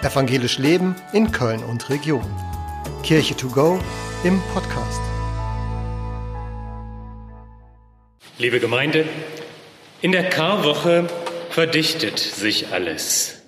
Evangelisch Leben in Köln und Region. Kirche to go im Podcast. Liebe Gemeinde, in der Karwoche verdichtet sich alles.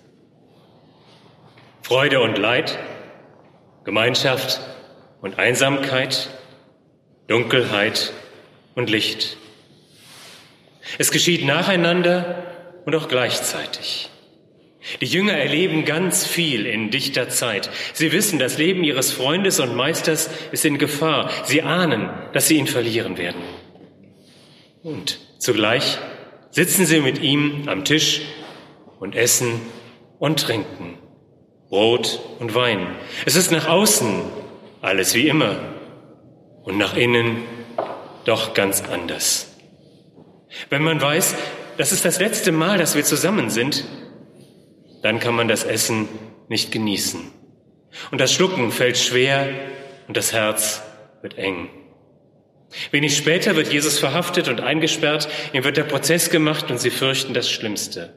Freude und Leid, Gemeinschaft und Einsamkeit, Dunkelheit und Licht. Es geschieht nacheinander und auch gleichzeitig. Die Jünger erleben ganz viel in dichter Zeit. Sie wissen, das Leben ihres Freundes und Meisters ist in Gefahr. Sie ahnen, dass sie ihn verlieren werden. Und zugleich sitzen sie mit ihm am Tisch und essen und trinken. Brot und Wein. Es ist nach außen alles wie immer und nach innen doch ganz anders. Wenn man weiß, das ist das letzte Mal, dass wir zusammen sind, dann kann man das Essen nicht genießen. Und das Schlucken fällt schwer und das Herz wird eng. Wenig später wird Jesus verhaftet und eingesperrt, ihm wird der Prozess gemacht und sie fürchten das Schlimmste.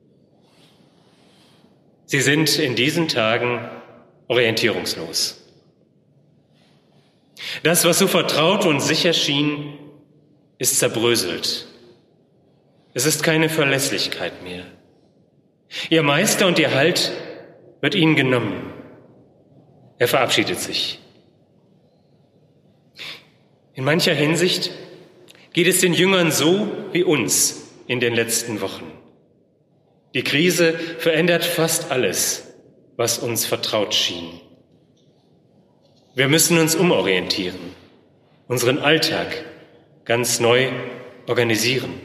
Sie sind in diesen Tagen orientierungslos. Das, was so vertraut und sicher schien, ist zerbröselt. Es ist keine Verlässlichkeit mehr. Ihr Meister und ihr Halt wird ihnen genommen. Er verabschiedet sich. In mancher Hinsicht geht es den Jüngern so wie uns in den letzten Wochen. Die Krise verändert fast alles, was uns vertraut schien. Wir müssen uns umorientieren, unseren Alltag ganz neu organisieren.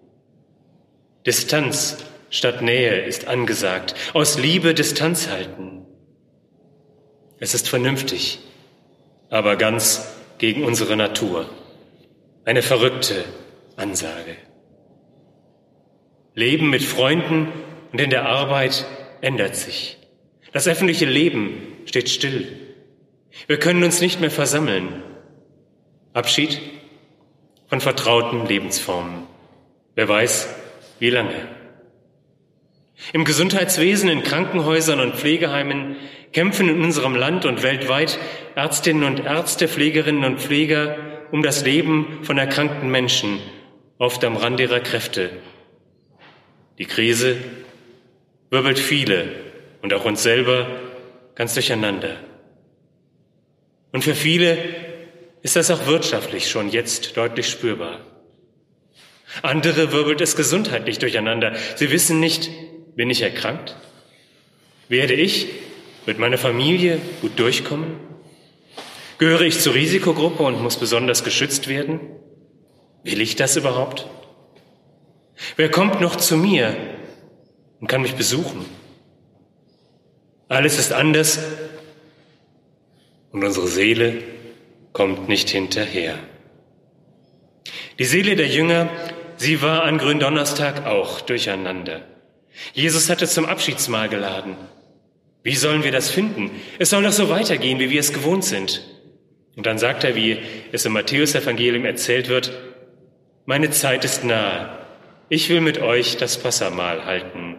Distanz statt Nähe ist angesagt. Aus Liebe Distanz halten. Es ist vernünftig, aber ganz gegen unsere Natur. Eine verrückte Ansage. Leben mit Freunden und in der Arbeit ändert sich. Das öffentliche Leben steht still. Wir können uns nicht mehr versammeln. Abschied von vertrauten Lebensformen. Wer weiß, wie lange. Im Gesundheitswesen, in Krankenhäusern und Pflegeheimen kämpfen in unserem Land und weltweit Ärztinnen und Ärzte, Pflegerinnen und Pfleger um das Leben von erkrankten Menschen, oft am Rand ihrer Kräfte. Die Krise wirbelt viele und auch uns selber ganz durcheinander. Und für viele ist das auch wirtschaftlich schon jetzt deutlich spürbar. Andere wirbelt es gesundheitlich durcheinander. Sie wissen nicht, bin ich erkrankt? Werde ich mit meiner Familie gut durchkommen? Gehöre ich zur Risikogruppe und muss besonders geschützt werden? Will ich das überhaupt? Wer kommt noch zu mir und kann mich besuchen? Alles ist anders und unsere Seele kommt nicht hinterher. Die Seele der Jünger, sie war an Gründonnerstag auch durcheinander. Jesus hatte zum Abschiedsmahl geladen. Wie sollen wir das finden? Es soll doch so weitergehen, wie wir es gewohnt sind. Und dann sagt er, wie es im Matthäus-Evangelium erzählt wird, meine Zeit ist nahe. Ich will mit euch das Passahmahl halten.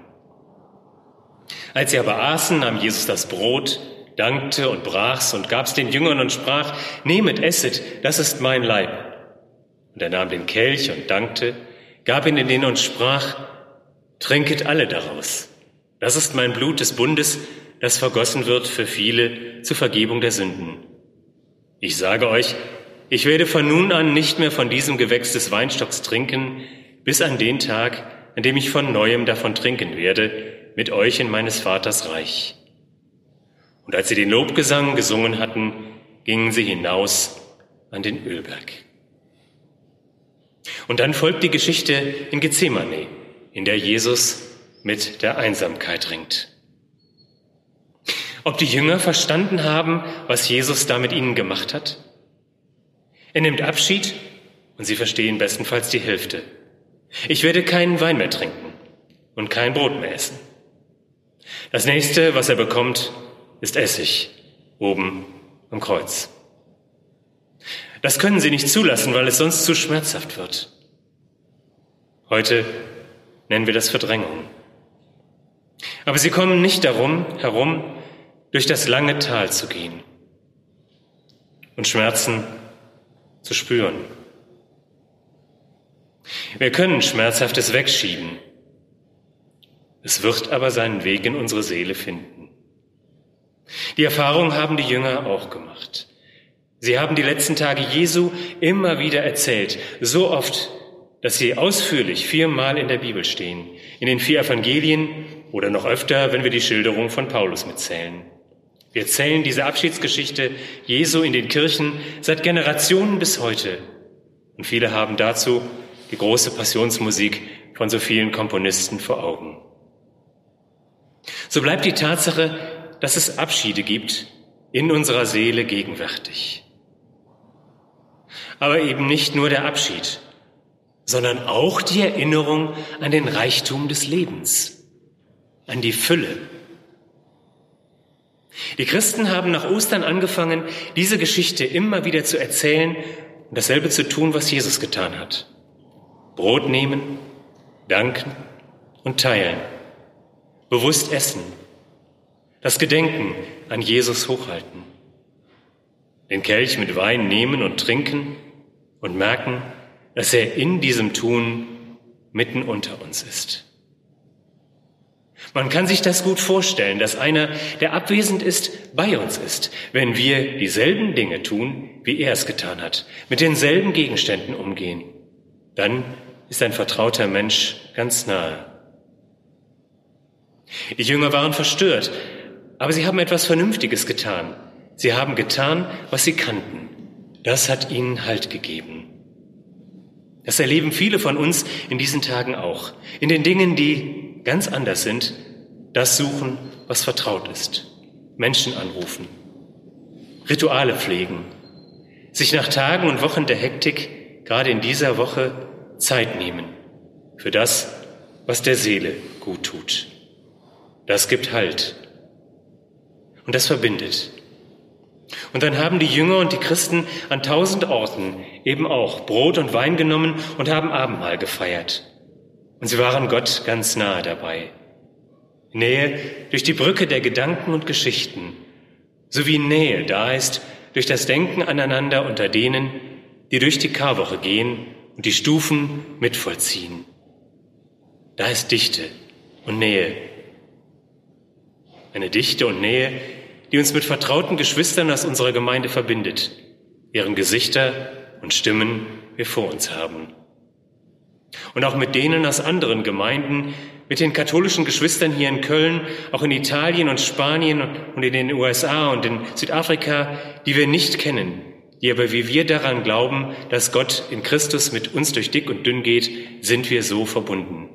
Als sie aber aßen, nahm Jesus das Brot, dankte und brach's und gab's den Jüngern und sprach, nehmet, esset, das ist mein Leib. Und er nahm den Kelch und dankte, gab ihn ihnen und sprach, trinket alle daraus. Das ist mein Blut des Bundes, das vergossen wird für viele zur Vergebung der Sünden. Ich sage euch, ich werde von nun an nicht mehr von diesem Gewächs des Weinstocks trinken, bis an den Tag, an dem ich von Neuem davon trinken werde, mit euch in meines Vaters Reich. Und als sie den Lobgesang gesungen hatten, gingen sie hinaus an den Ölberg. Und dann folgt die Geschichte in Gethsemane, in der Jesus mit der Einsamkeit ringt. Ob die Jünger verstanden haben, was Jesus da mit ihnen gemacht hat? Er nimmt Abschied und sie verstehen bestenfalls die Hälfte. Ich werde keinen Wein mehr trinken und kein Brot mehr essen. Das nächste, was er bekommt, ist Essig, oben am Kreuz. Das können sie nicht zulassen, weil es sonst zu schmerzhaft wird. Heute nennen wir das Verdrängung. Aber sie kommen nicht darum herum, durch das lange Tal zu gehen und Schmerzen zu spüren. Wir können Schmerzhaftes wegschieben. Es wird aber seinen Weg in unsere Seele finden. Die Erfahrung haben die Jünger auch gemacht. Sie haben die letzten Tage Jesu immer wieder erzählt, so oft, dass sie ausführlich 4-mal in der Bibel stehen, in den 4 Evangelien oder noch öfter, wenn wir die Schilderung von Paulus mitzählen. Wir erzählen diese Abschiedsgeschichte Jesu in den Kirchen seit Generationen bis heute. Und viele haben dazu die große Passionsmusik von so vielen Komponisten vor Augen. So bleibt die Tatsache, dass es Abschiede gibt, in unserer Seele gegenwärtig. Aber eben nicht nur der Abschied, sondern auch die Erinnerung an den Reichtum des Lebens, an die Fülle. Die Christen haben nach Ostern angefangen, diese Geschichte immer wieder zu erzählen und dasselbe zu tun, was Jesus getan hat. Brot nehmen, danken und teilen, bewusst essen, das Gedenken an Jesus hochhalten, den Kelch mit Wein nehmen und trinken und merken, dass er in diesem Tun mitten unter uns ist. Man kann sich das gut vorstellen, dass einer, der abwesend ist, bei uns ist, wenn wir dieselben Dinge tun, wie er es getan hat, mit denselben Gegenständen umgehen. Dann ist ein vertrauter Mensch ganz nahe. Die Jünger waren verstört, aber sie haben etwas Vernünftiges getan. Sie haben getan, was sie kannten. Das hat ihnen Halt gegeben. Das erleben viele von uns in diesen Tagen auch. In den Dingen, die ganz anders sind, das suchen, was vertraut ist. Menschen anrufen, Rituale pflegen, sich nach Tagen und Wochen der Hektik, gerade in dieser Woche, Zeit nehmen für das, was der Seele gut tut. Das gibt Halt. Und das verbindet. Und dann haben die Jünger und die Christen an 1000 Orten eben auch Brot und Wein genommen und haben Abendmahl gefeiert. Und sie waren Gott ganz nahe dabei. Nähe durch die Brücke der Gedanken und Geschichten, sowie Nähe da ist durch das Denken aneinander unter denen, die durch die Karwoche gehen und die Stufen mitvollziehen. Da ist Dichte und Nähe. Eine Dichte und Nähe, die uns mit vertrauten Geschwistern aus unserer Gemeinde verbindet, deren Gesichter und Stimmen wir vor uns haben. Und auch mit denen aus anderen Gemeinden, mit den katholischen Geschwistern hier in Köln, auch in Italien und Spanien und in den USA und in Südafrika, die wir nicht kennen, die aber wie wir daran glauben, dass Gott in Christus mit uns durch dick und dünn geht, sind wir so verbunden.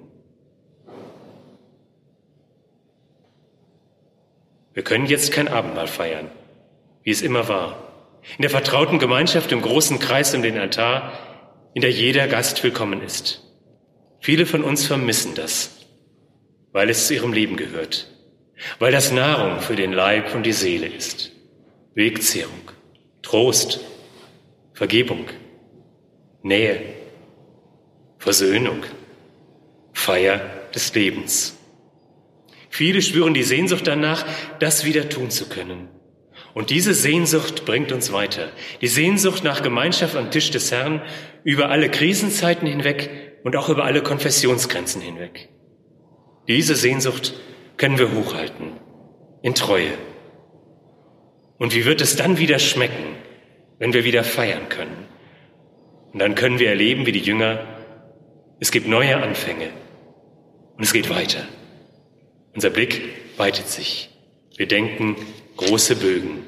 Wir können jetzt kein Abendmahl feiern, wie es immer war. In der vertrauten Gemeinschaft im großen Kreis um den Altar, in der jeder Gast willkommen ist. Viele von uns vermissen das, weil es zu ihrem Leben gehört, weil das Nahrung für den Leib und die Seele ist. Wegzehrung, Trost, Vergebung, Nähe, Versöhnung, Feier des Lebens. Viele spüren die Sehnsucht danach, das wieder tun zu können. Und diese Sehnsucht bringt uns weiter. Die Sehnsucht nach Gemeinschaft am Tisch des Herrn über alle Krisenzeiten hinweg und auch über alle Konfessionsgrenzen hinweg. Diese Sehnsucht können wir hochhalten, in Treue. Und wie wird es dann wieder schmecken, wenn wir wieder feiern können? Und dann können wir erleben, wie die Jünger, es gibt neue Anfänge und es geht weiter. Unser Blick weitet sich. Wir denken große Bögen.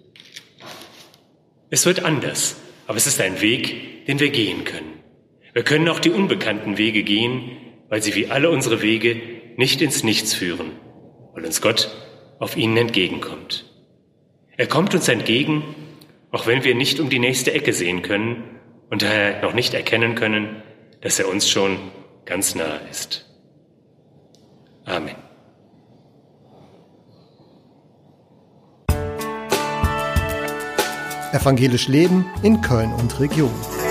Es wird anders, aber es ist ein Weg, den wir gehen können. Wir können auch die unbekannten Wege gehen, weil sie wie alle unsere Wege nicht ins Nichts führen, weil uns Gott auf ihnen entgegenkommt. Er kommt uns entgegen, auch wenn wir nicht um die nächste Ecke sehen können und daher noch nicht erkennen können, dass er uns schon ganz nahe ist. Amen. Evangelisch Leben in Köln und Region.